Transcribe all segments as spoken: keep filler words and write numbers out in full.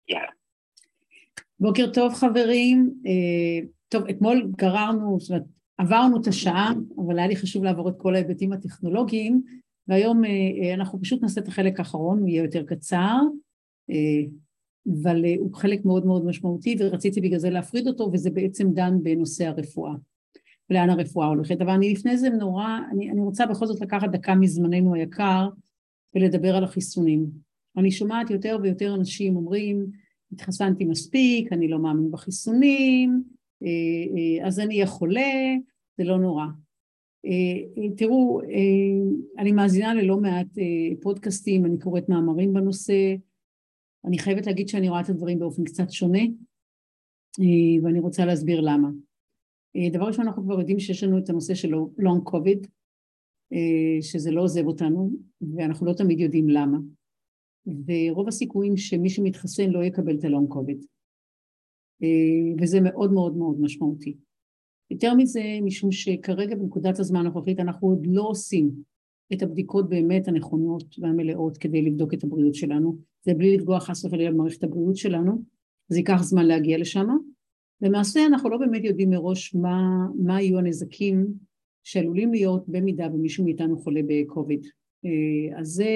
יאללה. בוקר טוב חברים, טוב, אתמול גררנו, זאת אומרת, עברנו את השעה, אבל היה לי חשוב לעבור את כל ההיבטים הטכנולוגיים, והיום אנחנו פשוט נעשה את החלק האחרון, הוא יהיה יותר קצר, אבל הוא חלק מאוד מאוד משמעותי, ורציתי בגלל זה להפריד אותו, וזה בעצם דן בנושא הרפואה, ולאן הרפואה הולכת. אבל אני לפני זה נורא, אני, אני רוצה בכל זאת לקחת דקה מזמננו היקר, ולדבר על החיסונים. אני שומעת יותר ויותר אנשים אומרים, התחסנתי מספיק, אני לא מאמין בחיסונים, אז אני אהיה חולה, זה לא נורא. תראו, אני מאזינה ללא מעט פודקאסטים, אני קוראת מאמרים בנושא, אני חייבת להגיד שאני רואה את הדברים באופן קצת שונה, ואני רוצה להסביר למה. דבר ראשון, אנחנו כבר יודעים שיש לנו את הנושא של לונג קוביד, שזה לא עוזב אותנו, ואנחנו לא תמיד יודעים למה. ורוב הסיכויים שמי שמתחסן לא יקבל את הלונג קוביד. וזה מאוד מאוד מאוד משמעותי. יותר מזה, משום שכרגע בנקודת הזמן הנוכחית אנחנו עוד לא עושים את הבדיקות באמת הנכונות והמלאות כדי לבדוק את הבריאות שלנו. זה בלי לפגוע חס וחלילה במערכת הבריאות שלנו, זה ייקח זמן להגיע לשם. למעשה אנחנו לא באמת יודעים מראש מה, מה יהיו הנזקים שעלולים להיות במידה ומישהו מאיתנו חולה בקוביד. אז זה...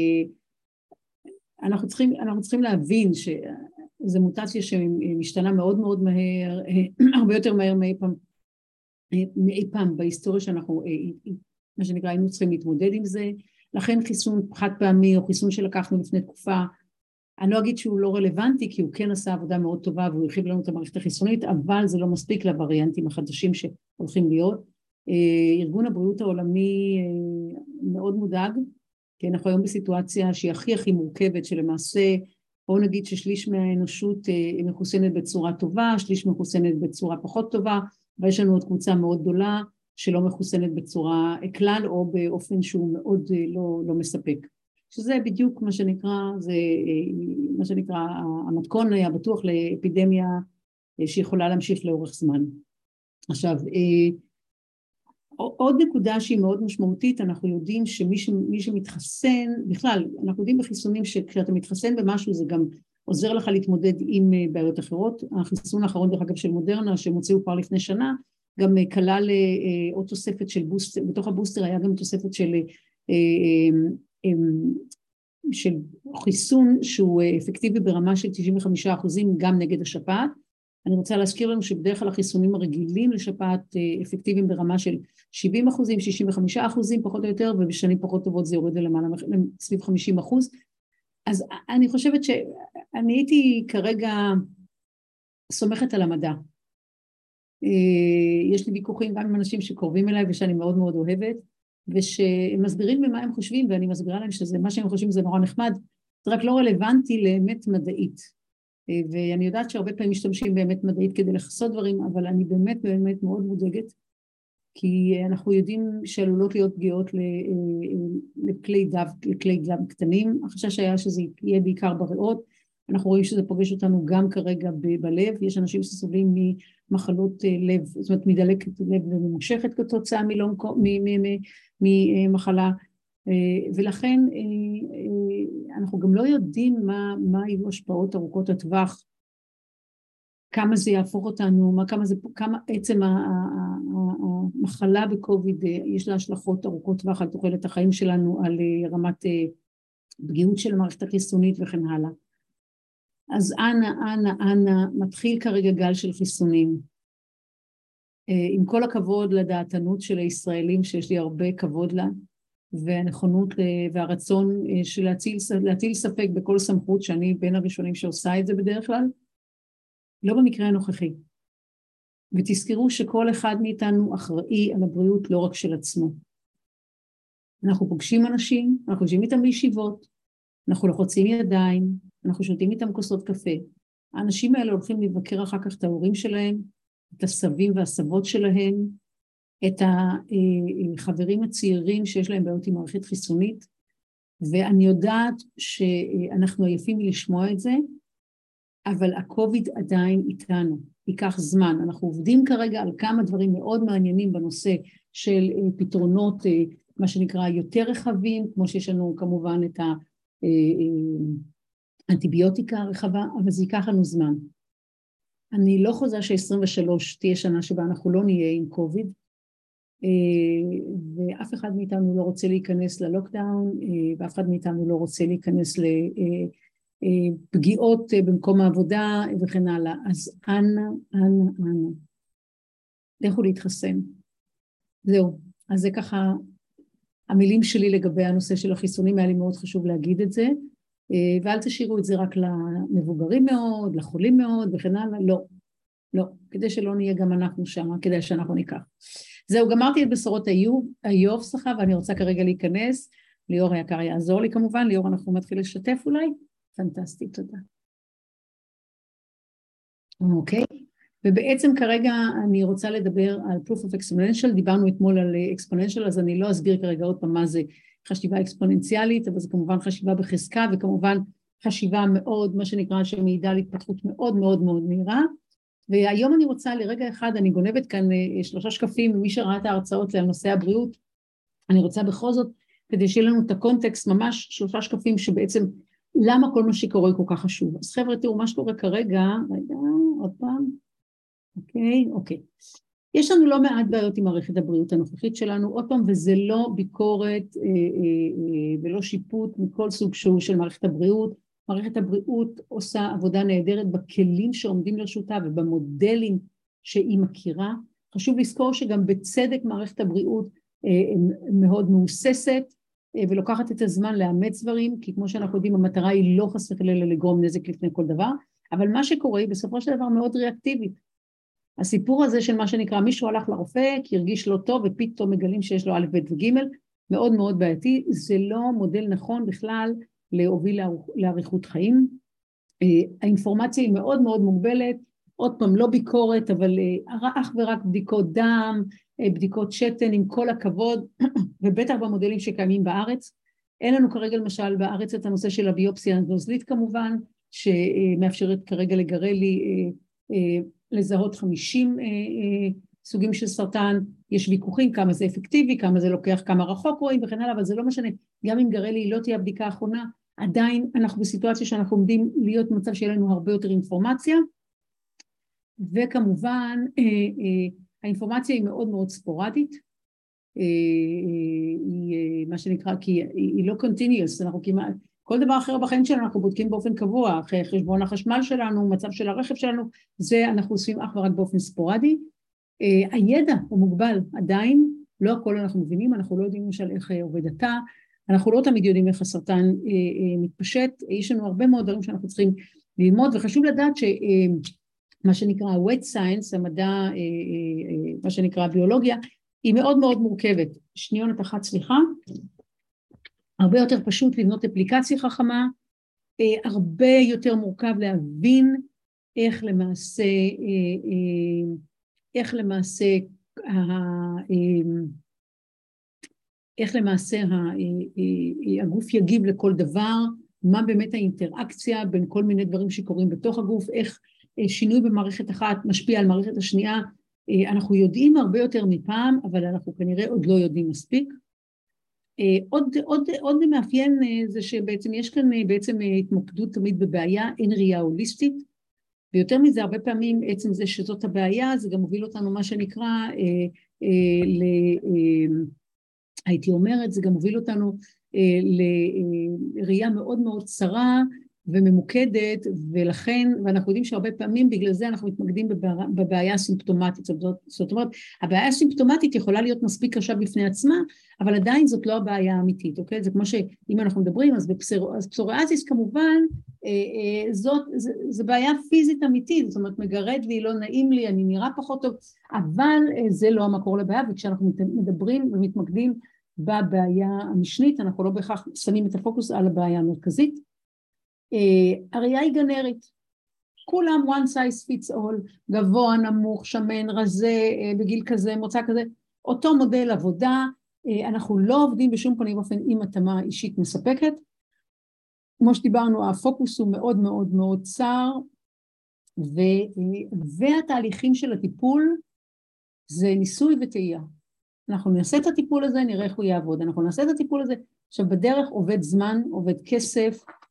אנחנו צריכים, אנחנו צריכים להבין שזו מוטציה שמשתנה מאוד מאוד מהר, הרבה יותר מהר מאי פעם, מאי פעם בהיסטוריה שאנחנו, מה שנקרא, היינו צריכים להתמודד עם זה, לכן חיסון חד פעמי או חיסון שלקחנו לפני תקופה, אני לא אגיד שהוא לא רלוונטי, כי הוא כן עשה עבודה מאוד טובה והוא הרחיב לנו את המערכת החיסונית, אבל זה לא מספיק לווריאנטים החדשים שהולכים להיות. ארגון הבריאות העולמי מאוד מודאג, כי אנחנו היום בסיטואציה שהיא הכי הכי מורכבת, שלמעשה, בואו נגיד ששליש מהאנושות מחוסנת בצורה טובה, שליש מחוסנת בצורה פחות טובה, ויש לנו עוד קבוצה מאוד גדולה שלא מחוסנת בצורה כלל, או באופן שהוא מאוד לא, לא מספק. שזה בדיוק מה שנקרא, זה מה שנקרא המתכון הבטוח לאפידמיה שיכולה להמשיך לאורך זמן. עכשיו, עוד נקודה שהיא מאוד משמעותית, אנחנו יודעים שמי ש, מי שמתחסן, בכלל, אנחנו יודעים בחיסונים שכשאתה מתחסן במשהו זה גם עוזר לך להתמודד עם בעיות אחרות. החיסון האחרון דרך אגב של מודרנה, שהם הוציאו כבר לפני שנה, גם כלל עוד תוספת של בוסטר, בתוך הבוסטר היה גם תוספת של, של חיסון שהוא אפקטיבי ברמה של תשעים וחמישה אחוזים גם נגד השפעת. אני רוצה להזכיר לנו שבדרך כלל החיסונים הרגילים לשפעת אפקטיביים ברמה של שבעים אחוזים, שישים וחמישה אחוזים פחות או יותר, ובשנים פחות טובות זה יורד למעלה, סביב חמישים אחוז. אז אני חושבת שאני הייתי כרגע סומכת על המדע. יש לי ויכוחים גם עם אנשים שקרובים אליי ושאני מאוד מאוד אוהבת, ושהם מסבירים במה הם חושבים, ואני מסבירה להם שזה מה שהם חושבים זה נורא נחמד, זה רק לא רלוונטי לאמת מדעית. ואני יודעת שהרבה פעמים משתמשים באמת מדעית כדי לחסות דברים, אבל אני באמת באמת מאוד מודאגת, כי אנחנו יודעים שעלולות להיות פגיעות לכלי דם, לכלי דם קטנים, החשש היה שזה יהיה בעיקר בריאות, אנחנו רואים שזה פוגש אותנו גם כרגע בלב, יש אנשים שסובלים ממחלות לב, זאת אומרת מדלקת לב ממושכת כתוצאה ממחלה, ולכן אנחנו גם לא יודעים מה, מה יהיו השפעות ארוכות הטווח, כמה זה יהפוך אותנו, מה, כמה זה, כמה עצם המחלה בקוביד יש לה השלכות ארוכות טווח על תוחלת החיים שלנו, על רמת פגיעות של המערכת החיסונית וכן הלאה. אז אנה, אנה, אנה, מתחיל כרגע גל של חיסונים. עם כל הכבוד לדעתנות של הישראלים, שיש לי הרבה כבוד לה, והנכונות והרצון של להטיל, להטיל ספק בכל סמכות, שאני בין הראשונים שעושה את זה בדרך כלל, לא במקרה הנוכחי. ותזכרו שכל אחד מאיתנו אחראי על הבריאות לא רק של עצמו. אנחנו פוגשים אנשים, אנחנו יושבים איתם בישיבות, אנחנו לוחצים ידיים, אנחנו שותים איתם כוסות קפה. האנשים האלה הולכים לבקר אחר כך את ההורים שלהם, את הסבים והסבות שלהם, את החברים הצעירים שיש להם בעיות עם מערכת חיסונית, ואני יודעת שאנחנו עייפים מלשמוע את זה, אבל הקוביד עדיין איתנו, ייקח זמן. אנחנו עובדים כרגע על כמה דברים מאוד מעניינים בנושא של פתרונות, מה שנקרא יותר רחבים, כמו שיש לנו כמובן את אנטיביוטיקה רחבה, אבל זה ייקח לנו זמן. אני לא חוזה ש-עשרים ושלוש תהיה שנה שבה אנחנו לא נהיה עם קוביד, ואף אחד מאיתנו לא רוצה להיכנס ללוקדאון, ואף אחד מאיתנו לא רוצה להיכנס לפגיעות במקום העבודה וכן הלאה. אז אנא, אנא, אנא, לכו להתחסן. זהו, אז זה ככה המילים שלי לגבי הנושא של החיסונים, היה לי מאוד חשוב להגיד את זה, ואל תשאירו את זה רק למבוגרים מאוד, לחולים מאוד וכן הלאה, לא, לא, כדי שלא נהיה גם אנחנו שם, כדי שאנחנו ניקח. זהו, גמרתי את בשורות איוב, איוב, סליחה, ואני רוצה כרגע להיכנס, ליאור היקר יעזור לי כמובן, ליאור אנחנו מתחיל לשתף אולי, פנטסטי, תודה. אוקיי, ובעצם כרגע אני רוצה לדבר על proof of exponential, דיברנו אתמול על exponential, אז אני לא אסביר כרגע עוד פעם מה זה חשיבה אקספוננציאלית, אבל זה כמובן חשיבה בחזקה, וכמובן חשיבה מאוד, מה שנקרא, שמעידה על התפתחות מאוד מאוד מאוד מהירה, והיום אני רוצה לרגע אחד, אני גונבת כאן שלושה שקפים, ממי שראה את ההרצאות על נושא הבריאות, אני רוצה בכל זאת, כדי שיהיה לנו את הקונטקסט, ממש שלושה שקפים שבעצם, למה כל מה שקורה כל כך חשוב. אז חבר'ה, תראו, מה שקורה כרגע, רגע, עוד פעם, אוקיי, אוקיי. יש לנו לא מעט בעיות עם מערכת הבריאות הנוכחית שלנו, עוד פעם, וזה לא ביקורת אה, אה, אה, ולא שיפוט מכל סוג שהוא של מערכת הבריאות, מערכת הבריאות עושה עבודה נהדרת בכלים שעומדים לרשותה ובמודלים שהיא מכירה. חשוב לזכור שגם בצדק מערכת הבריאות מאוד מאוססת ולוקחת את הזמן לאמץ דברים, כי כמו שאנחנו יודעים המטרה היא לא חס וחלילה לגרום נזק לפני כל דבר, אבל מה שקורה היא בסופו של דבר מאוד ריאקטיבית. הסיפור הזה של מה שנקרא מישהו הלך לרופא כי הרגיש לא טוב ופתאום מגלים שיש לו א' ב' וג' מאוד מאוד בעייתי, זה לא מודל נכון בכלל להוביל לאריכות חיים. האינפורמציה היא מאוד מאוד מוגבלת, עוד פעם לא ביקורת, אבל אך ורק בדיקות דם, בדיקות שתן עם כל הכבוד, ובטח במודלים שקיימים בארץ. אין לנו כרגע למשל בארץ את הנושא של הביופסיה הנוזלית כמובן, שמאפשרת כרגע לגרלי לזהות חמישים סוגים של סרטן, יש ויכוחים כמה זה אפקטיבי, כמה זה לוקח, כמה רחוק רואים וכן הלאה, אבל זה לא משנה, גם אם גרלי לא תהיה הבדיקה האחרונה, עדיין אנחנו בסיטואציה שאנחנו עומדים להיות במצב שיהיה לנו הרבה יותר אינפורמציה, וכמובן האינפורמציה היא מאוד מאוד ספורדית, היא מה שנקרא, כי היא לא continuous, אנחנו כמעט, כל דבר אחר בחיים שלנו אנחנו בודקים באופן קבוע, אחרי חשבון החשמל שלנו, מצב של הרכב שלנו, זה אנחנו עושים אך ורק באופן ספורדי, הידע הוא מוגבל עדיין, לא הכל אנחנו מבינים, אנחנו לא יודעים למשל איך עובד התא, אנחנו לא תמיד יודעים איך הסרטן מתפשט, יש לנו הרבה מאוד דברים שאנחנו צריכים ללמוד, וחשוב לדעת שמה שנקרא wet science, המדע, מה שנקרא הביולוגיה, היא מאוד מאוד מורכבת. שניונת אחת, סליחה, הרבה יותר פשוט לבנות אפליקציה חכמה, הרבה יותר מורכב להבין איך למעשה, איך למעשה, איך למעשה הגוף יגיב לכל דבר, מה באמת האינטראקציה בין כל מיני דברים שקורים בתוך הגוף, איך שינוי במערכת אחת משפיע על מערכת השנייה, אנחנו יודעים הרבה יותר מפעם, אבל אנחנו כנראה עוד לא יודעים מספיק. עוד, עוד, עוד מאפיין זה שבעצם יש כאן בעצם התמקדות תמיד בבעיה, אין ראייה הוליסטית, ויותר מזה הרבה פעמים עצם זה שזאת הבעיה, זה גם מוביל אותנו מה שנקרא, אה, אה, ל, אה, הייתי אומרת, זה גם מוביל אותנו אה, לראייה מאוד מאוד צרה וממוקדת, ולכן, ואנחנו יודעים שהרבה פעמים בגלל זה אנחנו מתמקדים בבעיה, בבעיה הסימפטומטית, זאת, זאת אומרת, הבעיה הסימפטומטית יכולה להיות מספיק קשה בפני עצמה, אבל עדיין זאת לא הבעיה האמיתית, אוקיי? זה כמו שאם אנחנו מדברים, אז בפסוריאזיס כמובן, אה, אה, זאת, זה, זה בעיה פיזית אמיתית, זאת אומרת, מגרד לי, לא נעים לי, אני נראה פחות טוב, אבל אה, זה לא המקור לבעיה, וכשאנחנו מדברים ומתמקדים בבעיה המשנית, אנחנו לא בהכרח שמים את הפוקוס על הבעיה המרכזית, Uh, הראייה היא גנרית, כולם one size fits all, גבוה, נמוך, שמן, רזה, uh, בגיל כזה, מוצא כזה, אותו מודל עבודה, uh, אנחנו לא עובדים בשום פנים ואופן עם התאמה אישית מספקת, כמו שדיברנו, הפוקוס הוא מאוד מאוד מאוד צר, ו, uh, והתהליכים של הטיפול זה ניסוי וטעייה, אנחנו נעשה את הטיפול הזה, נראה איך הוא יעבוד, אנחנו נעשה את הטיפול הזה, עכשיו בדרך עובד זמן, עובד כסף,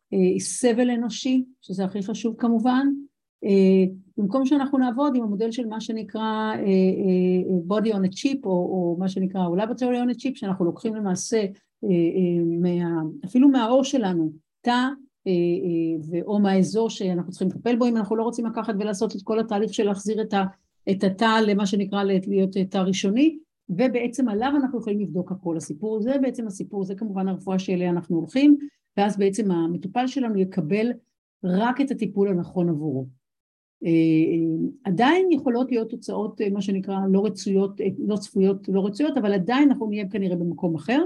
סבל אנושי, שזה הכי חשוב כמובן, במקום שאנחנו נעבוד עם המודל של מה שנקרא body on a chip, או, או מה שנקרא laboratory on a chip, שאנחנו לוקחים למעשה, מה, אפילו מהאור שלנו, תא, או מהאזור שאנחנו צריכים לטפל בו, אם אנחנו לא רוצים לקחת ולעשות את כל התהליך של להחזיר את, ה, את התא למה שנקרא להיות תא ראשוני, ובעצם עליו אנחנו יכולים לבדוק הכל. הסיפור זה בעצם הסיפור, זה כמובן הרפואה שאליה אנחנו הולכים, ואז בעצם המטופל שלנו יקבל רק את הטיפול הנכון עבורו. עדיין יכולות להיות תוצאות, מה שנקרא, לא רצויות, לא צפויות, לא רצויות, אבל עדיין אנחנו נהיה כנראה במקום אחר,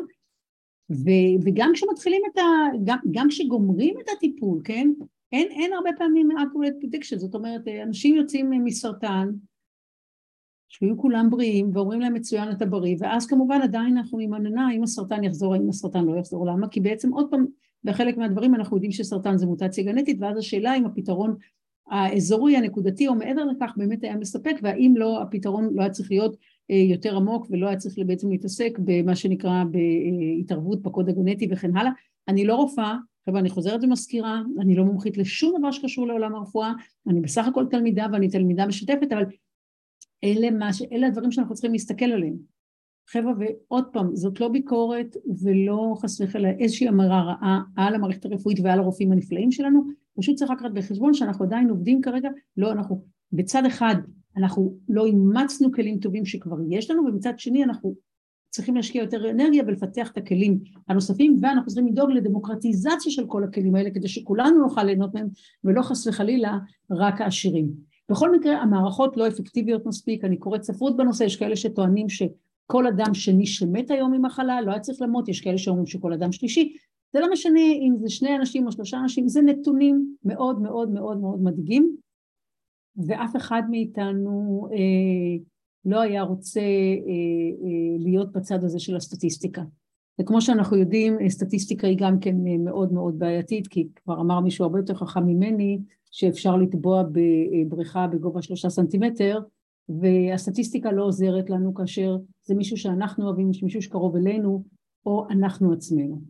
וגם כשמתחילים את ה... גם, גם כשגומרים את הטיפול, כן? אין, אין הרבה פעמים accurate prediction, זאת אומרת, אנשים יוצאים מסרטן, שיהיו כולם בריאים, ואומרים להם מצוין אתה בריא, ואז כמובן עדיין אנחנו עם עננה, אם הסרטן יחזור, אם הסרטן לא יחזור, למה? כי בעצם עוד פעם, בחלק מהדברים אנחנו יודעים שסרטן זה מוטציה גנטית, ואז השאלה אם הפתרון האזורי, הנקודתי, או מעבר לכך באמת היה מספק, והאם לא, הפתרון לא היה צריך להיות יותר עמוק, ולא היה צריך בעצם להתעסק במה שנקרא בהתערבות בקוד הגנטי וכן הלאה. אני לא רופאה, חבר'ה, אני חוזרת ומזכירה, אני לא מומחית לשום דבר שקשור לעולם הרפואה, אני בסך הכל תלמידה, ואני תלמידה משתפת, אבל אלה, מה, אלה הדברים שאנחנו צריכים להסתכל עליהם. חבר'ה, ועוד פעם, זאת לא ביקורת, ולא חס וחלילה איזושהי אמירה רעה על המערכת הרפואית ועל הרופאים הנפלאים שלנו, פשוט צריך לקחת בחשבון שאנחנו עדיין עובדים כרגע, לא, אנחנו בצד אחד, אנחנו לא אימצנו כלים טובים שכבר יש לנו, ובצד שני אנחנו צריכים להשקיע יותר אנרגיה ולפתח את הכלים הנוספים, ואנחנו צריכים לדאוג לדמוקרטיזציה של כל הכלים האלה, כדי שכולנו נוכל ליהנות מהם, ולא חס וחלילה רק העשירים. בכל מקרה, המערכות לא אפקטיביות מספיק, אני קוראת ספרות בנושא, יש כאלה שטוענים שכל אדם שני שמת היום ממחלה, לא היה צריך למות, יש כאלה שאומרים שכל אדם שלישי, זה לא משנה אם זה שני אנשים או שלושה אנשים, זה נתונים מאוד מאוד מאוד מאוד מדאיגים, ואף אחד מאיתנו אה, לא היה רוצה אה, אה, להיות בצד הזה של הסטטיסטיקה. וכמו שאנחנו יודעים, סטטיסטיקה היא גם כן מאוד מאוד בעייתית, כי כבר אמר מישהו הרבה יותר חכם ממני, שאפשר לטבוע בבריכה בגובה שלושה סנטימטר, והסטטיסטיקה לא עוזרת לנו כאשר זה מישהו שאנחנו אוהבים, מישהו שקרוב אלינו, או אנחנו עצמנו.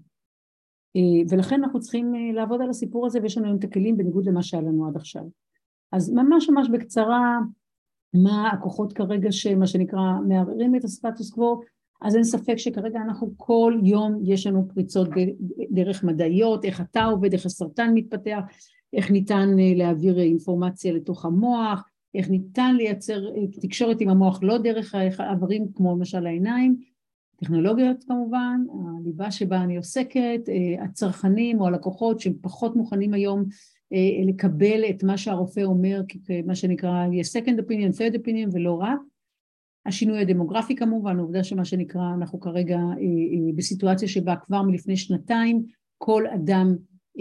ולכן אנחנו צריכים לעבוד על הסיפור הזה, ויש לנו היום את הכלים בניגוד למה שהיה לנו עד עכשיו. אז ממש ממש בקצרה, מה הכוחות כרגע שמה שנקרא מערערים את הסטטוס קוו, אז אין ספק שכרגע אנחנו כל יום יש לנו פריצות דרך מדעיות, איך אתה עובד, איך הסרטן מתפתח, איך ניתן להעביר אינפורמציה לתוך המוח, איך ניתן לייצר תקשורת עם המוח לא דרך העברים כמו למשל העיניים, טכנולוגיות כמובן, הליבה שבה אני עוסקת, הצרכנים או הלקוחות שהם פחות מוכנים היום לקבל את מה שהרופא אומר, מה שנקרא second opinion, third opinion ולא רק, השינוי הדמוגרפי כמובן, העובדה שמה שנקרא, אנחנו כרגע בסיטואציה שבה כבר מלפני שנתיים, כל אדם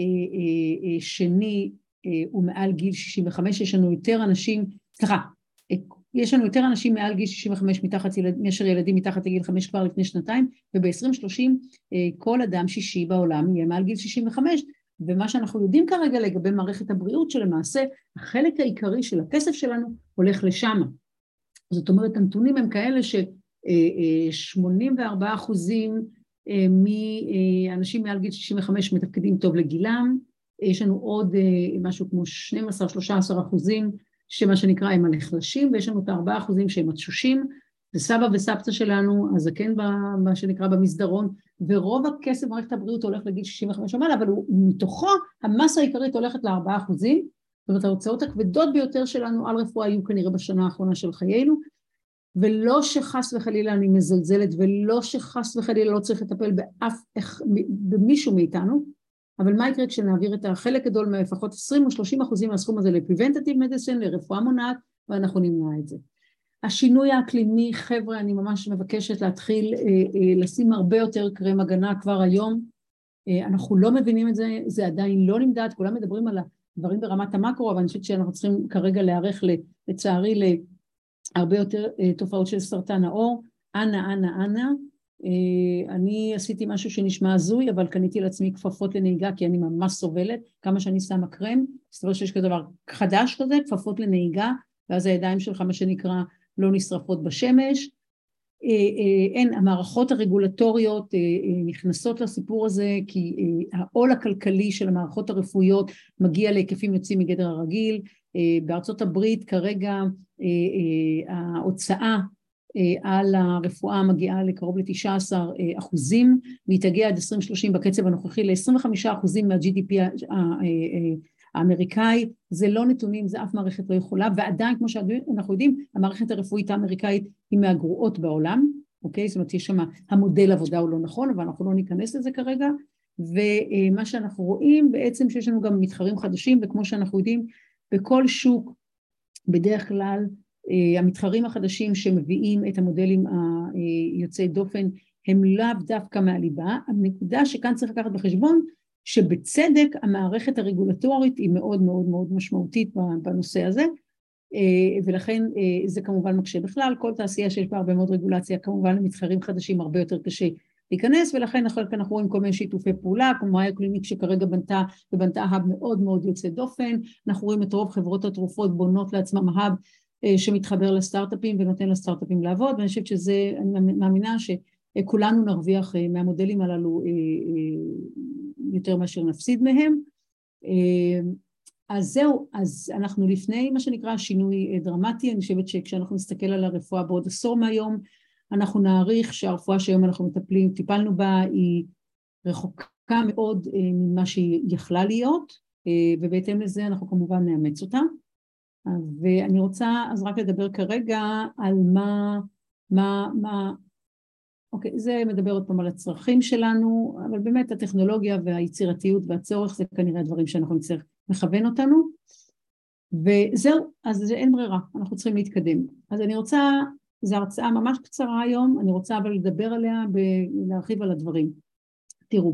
שני הוא מעל גיל שישים וחמש, יש לנו יותר אנשים, סליחה, יש לנו יותר אנשים מעל גיל שישים וחמש מתחת, מאשר ילדים מתחת לגיל חמש כבר לפני שנתיים, וב-עשרים שלושים כל אדם שישי בעולם יהיה מעל גיל שישים וחמש, ומה שאנחנו יודעים כרגע לגבי מערכת הבריאות, שלמעשה החלק העיקרי של הכסף שלנו הולך לשם. זאת אומרת, הנתונים הם כאלה ש-שמונים וארבעה אחוזים מאנשים מעל גיל שישים וחמש מתפקדים טוב לגילם, יש לנו עוד משהו כמו שנים עשר עד שלושה עשר אחוזים שמה שנקרא הם הנחלשים, ויש לנו את ארבעה אחוזים שהם התשושים, וסבא וסבתא שלנו, הזקן מה שנקרא במסדרון, ורוב הכסף במערכת הבריאות הולך לגיל שישים וחמש ומעלה, אבל הוא, מתוכו המסה העיקרית הולכת ל-ארבעה אחוזים, זאת אומרת, ההוצאות הכבדות ביותר שלנו על רפואה היו כנראה בשנה האחרונה של חיינו, ולא שחס וחלילה אני מזלזלת, ולא שחס וחלילה לא צריך לטפל באף, במישהו מאיתנו, אבל מה יקרה כשנעביר את החלק גדול מהפחות עשרים או שלושים אחוזים מהסכום הזה ל-preventative medicine, לרפואה מונעת, ואנחנו נמנע את זה. השינוי האקלימי, חבר'ה, אני ממש מבקשת להתחיל אה, אה, לשים הרבה יותר קרם הגנה כבר היום, אה, אנחנו לא מבינים את זה, זה עדיין לא נמדד, כולם מדברים על הדברים ברמת המקרו, אבל אני חושבת שאנחנו צריכים כרגע להיערך לצערי להרבה יותר אה, תופעות של סרטן העור, אנא, אנא, אנא, אה, אני עשיתי משהו שנשמע הזוי, אבל קניתי לעצמי כפפות לנהיגה, כי אני ממש סובלת, כמה שאני שמה קרם, זאת אומרת שיש כדבר חדש כזה, כפפות לנהיגה, ואז הידיים שלך מה שנקרא, לא נשרפות בשמש, אין, המערכות הרגולטוריות נכנסות לסיפור הזה, כי העול הכלכלי של המערכות הרפואיות מגיע להיקפים יוצאים מגדר הרגיל. בארצות הברית כרגע ההוצאה על הרפואה מגיעה לקרוב ל-תשעה עשר אחוזים, והיא תגיע עד עשרים שלושים בקצב הנוכחי ל-עשרים וחמישה אחוזים מה-ג'י די פי האמריקאי. זה לא נתונים, זה אף מערכת לא יכולה, ועדיין כמו שאנחנו יודעים, המערכת הרפואית האמריקאית היא מהגרועות בעולם, אוקיי? זאת אומרת, יש שם, המודל עבודה הוא לא נכון, אבל אנחנו לא ניכנס לזה כרגע, ומה שאנחנו רואים בעצם שיש לנו גם מתחרים חדשים, וכמו שאנחנו יודעים, בכל שוק, בדרך כלל, המתחרים החדשים שמביאים את המודלים היוצאי דופן, הם לאו דווקא מהליבה. הנקודה שכאן צריך לקחת בחשבון, שבצדק המערכת הרגולטורית היא מאוד מאוד מאוד משמעותית בנושא הזה, ולכן זה כמובן מקשה בכלל, כל תעשייה שיש בה הרבה מאוד רגולציה, כמובן למתחרים חדשים הרבה יותר קשה להיכנס, ולכן אנחנו רואים כל מיני שיתופי פעולה, כמו מאיו קליניק שכרגע בנתה, ובנתה האב מאוד מאוד יוצא דופן, אנחנו רואים את רוב חברות התרופות בונות לעצמם האב שמתחבר לסטארט-אפים ונותן לסטארט-אפים לעבוד, ואני חושבת שזה, אני מאמינה שכולנו נרוויח מהמודלים הללו יותר מאשר נפסיד מהם. אז זהו, אז אנחנו לפני מה שנקרא שינוי דרמטי. אני חושבת שכשאנחנו נסתכל על הרפואה בעוד עשור מהיום, אנחנו נעריך שהרפואה שהיום אנחנו מטפלים, טיפלנו בה, היא רחוקה מאוד ממה שהיא יכלה להיות, ובהתאם לזה אנחנו כמובן נאמץ אותה. ואני רוצה אז רק לדבר כרגע על מה, מה, מה, אוקיי, זה מדבר עוד פעם על הצרכים שלנו, אבל באמת הטכנולוגיה והיצירתיות והצורך זה כנראה הדברים שאנחנו נצטרך לכוון אותנו, וזהו, אז אין ברירה, אנחנו צריכים להתקדם. אז אני רוצה, זו הרצאה ממש קצרה היום, אני רוצה אבל לדבר עליה ולהרחיב על הדברים. תראו,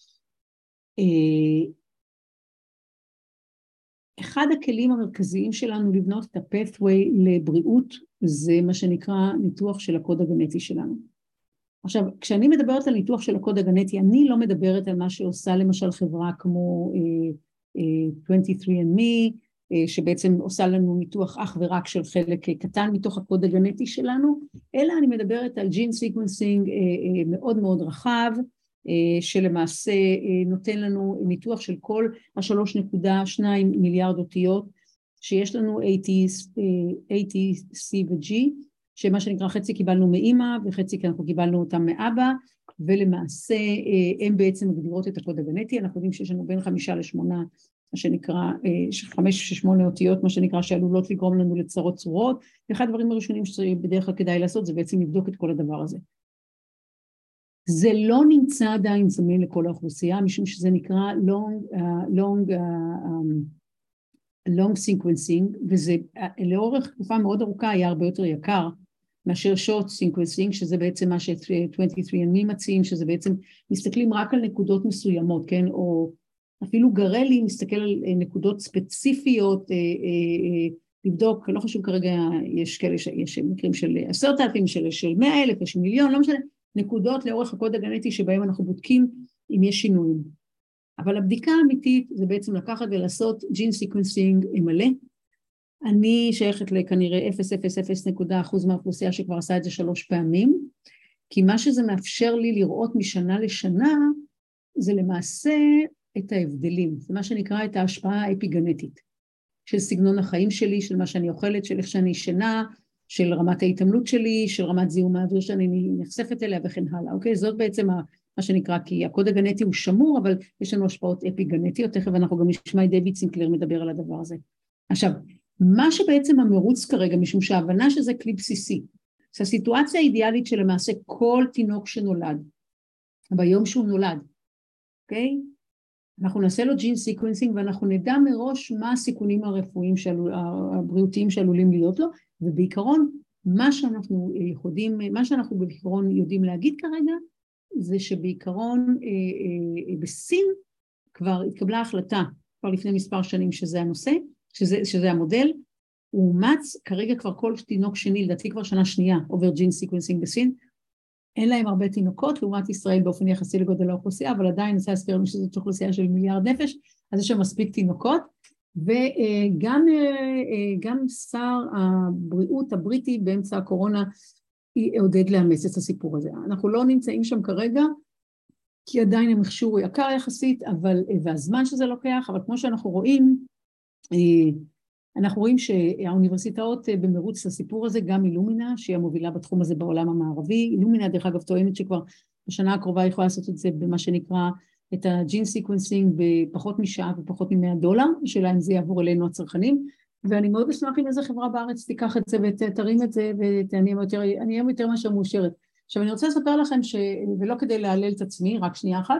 אחד הכלים המרכזיים שלנו לבנות את ה-pathway לבריאות, זה מה שנקרא ניתוח של הקוד הגנטי שלנו. עכשיו, כשאני מדברת על ניתוח של הקוד הגנטי, אני לא מדברת על מה שעושה למשל חברה כמו עשרים ושלוש אנד מי, שבעצם עושה לנו ניתוח אך ורק של חלק קטן מתוך הקוד הגנטי שלנו, אלא אני מדברת על ג'ין סיקוונסינג מאוד מאוד רחב, שלמעשה נותן לנו ניתוח של כל ה-שלוש נקודה שתיים מיליארד אותיות, שיש לנו A, T, C ו-G, שמה שנקרא חצי קיבלנו מאמא וחצי כי אנחנו קיבלנו אותם מאבא, ולמעשה הם בעצם מגדירות את הקוד הגנטי. אנחנו יודעים שיש לנו בין חמישה לשמונה, מה שנקרא, חמש ששמונה אותיות, מה שנקרא שעלולות לגרום לנו לצרות צרורות, ואחד הדברים הראשונים שבדרך כלל כדאי לעשות זה בעצם לבדוק את כל הדבר הזה. זה לא נמצא עדיין זמין לכל האוכלוסייה, משום שזה נקרא long, uh, long, uh, um, long sequencing, וזה לאורך תקופה מאוד ארוכה היה הרבה יותר יקר, מאשר short sequencing, שזה בעצם מה ש-עשרים ושלוש אנד מי מציעים, שזה בעצם מסתכלים רק על נקודות מסוימות, כן? או אפילו גרלי מסתכל על נקודות ספציפיות, אה, אה, לבדוק, לא חשוב כרגע, יש כאלה, יש מקרים של עשרת אלפים, של, של מאה אלף, של מיליון, לא משנה, נקודות לאורך הקוד הגנטי שבהם אנחנו בודקים אם יש שינויים. אבל הבדיקה האמיתית זה בעצם לקחת ולעשות ג'ין סיקוונסינג מלא. אני שייכת לכנראה אפס נקודה אפס אפס אחוז מהאוכלוסייה שכבר עשה את זה שלוש פעמים, כי מה שזה מאפשר לי לראות משנה לשנה, זה למעשה את ההבדלים, זה מה שנקרא את ההשפעה האפיגנטית, של סגנון החיים שלי, של מה שאני אוכלת, של איך שאני ישנה, של רמת ההתעמלות שלי, של רמת זיהום האוויר שאני נחשפת אליה וכן הלאה, אוקיי? זאת בעצם מה שנקרא, כי הקוד הגנטי הוא שמור, אבל יש לנו השפעות אפיגנטיות, תכף אנחנו גם נשמע את דיוויד סינקלר מדבר על הדבר הזה. עכשיו, מה שבעצם המרוץ כרגע, משום שההבנה שזה כלי בסיסי, זה הסיטואציה האידיאלית שלמעשה כל תינוק שנולד, ביום שהוא נולד, אוקיי? אנחנו נעשה לו ג'ין סיקוונסינג, ואנחנו נדע מראש מה הסיכונים הרפואיים, שעלול, הבריאותיים שעלולים להיות לו, ובעיקרון, מה שאנחנו יודעים, מה שאנחנו בעיקרון יודעים להגיד כרגע, זה שבעיקרון אה, אה, בסין כבר התקבלה החלטה, כבר לפני מספר שנים שזה הנושא, שזה, שזה המודל, הוא אומץ, כרגע כבר כל תינוק שני, לדעתי כבר שנה שנייה, עובר ג'ין סיקוונסינג בסין, אין להם הרבה תינוקות, לעומת ישראל באופן יחסי לגודל האוכלוסייה, אבל עדיין נעשה להזכיר לנו שזאת אוכלוסייה של מיליארד נפש, אז יש שם מספיק תינוקות, וגם גם שר הבריאות הבריטי באמצע הקורונה יעודד לאמץ את הסיפור הזה. אנחנו לא נמצאים שם כרגע, כי עדיין המכשור הוא יקר יחסית, אבל, והזמן שזה לוקח, אבל כמו שאנחנו רואים, אנחנו רואים שהאוניברסיטאות במרוץ לסיפור הזה, גם אילומינה, שהיא המובילה בתחום הזה בעולם המערבי, אילומינה דרך אגב טוענת שכבר בשנה הקרובה יכולה לעשות את זה במה שנקרא את הג'ין סיקוונסינג בפחות משעה ופחות ממאה דולר, השאלה אם זה יעבור אלינו הצרכנים, ואני מאוד אשמח אם איזה חברה בארץ תיקח את זה ותרים את זה, ואני אהיה יותר מאשר מאושרת. עכשיו אני רוצה לספר לכם ש... ולא כדי להעלל את עצמי, רק שנייה אחת,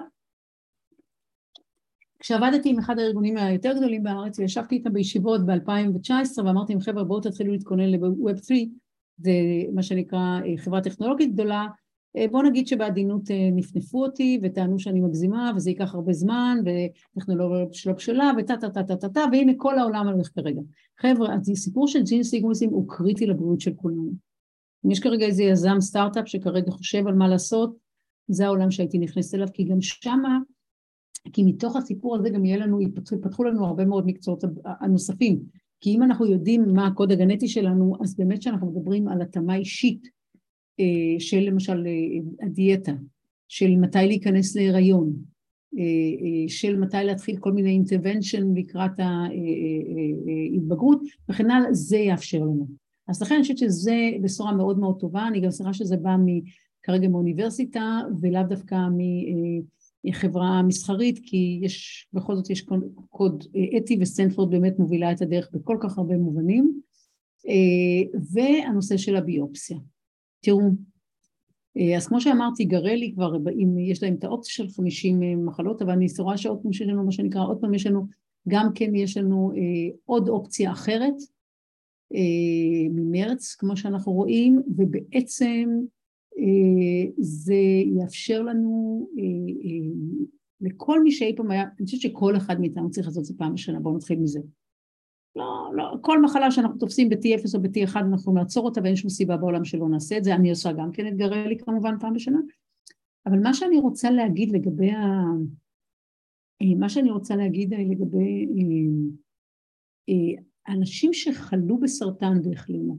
כשעבדתי עם אחד הארגונים היותר גדולים בארץ, וישבתי איתם בישיבות ב-אלפיים תשע עשרה, ואמרתי עם חבר'ה, בואו תתחילו להתכונן ל-ווב תרי, זה מה שנקרא חברה טכנולוגית גדולה, בואו נגיד שבעדינות נפנפו אותי, וטענו שאני מגזימה, וזה ייקח הרבה זמן, וטכנולוגיה שלא בשלה, וטה-טה-טה-טה-טה, והנה כל העולם הולך כרגע. חבר'ה, הסיפור של ג'ין סיקוונסינג הוא קריטי לבריאות של כולנו. אם יש כרגע איזה יזם סטארט-אפ שכרגע חושב על מה לעשות, זה העולם שהייתי נכנסת אליו, כי גם שמה, כי מתוך הסיפור הזה גם יהיה לנו, יפתחו לנו הרבה מאוד מקצועות הנוספים, כי אם אנחנו יודעים מה הקוד הגנטי שלנו, אז באמת שאנחנו מדברים על התאמה אישית, של למשל הדיאטה, של מתי להיכנס להיריון, של מתי להתחיל כל מיני אינטרוונשן לקראת ההתבגרות, וכן הלאה, זה יאפשר לנו. אז לכן אני חושבת שזה בשורה מאוד מאוד טובה, אני גם שמחה שזה בא כרגע מאוניברסיטה, ולאו דווקא מחברה מסחרית, כי יש, בכל זאת יש קוד אתי, וסטנפורד באמת מובילה את הדרך בכל כך הרבה מובנים, והנושא של הביופסיה. תראו, אז כמו שאמרתי, גרלי כבר, אם יש להם את האופציה של חמישים מחלות, אבל אני רואה שעוד פעם יש לנו, מה שנקרא, עוד פעם יש לנו, גם כן יש לנו אה, עוד אופציה אחרת, אה, ממרץ, כמו שאנחנו רואים, ובעצם אה, זה יאפשר לנו, אה, אה, לכל מי שאי פעם היה, אני חושבת שכל אחד מאיתנו צריך לעשות את זה פעם בשנה, בואו נתחיל מזה. לא, לא, כל מחלה שאנחנו תופסים ב-טי אפס או ב-טי אחת, אנחנו נעצור אותה, ואין שום סיבה בעולם שלא נעשה את זה, אני עושה גם כן את גרלי כמובן פעם בשנה, אבל מה שאני רוצה להגיד לגבי, ה... מה שאני רוצה להגיד לגבי אנשים שחלו בסרטן והחלימו,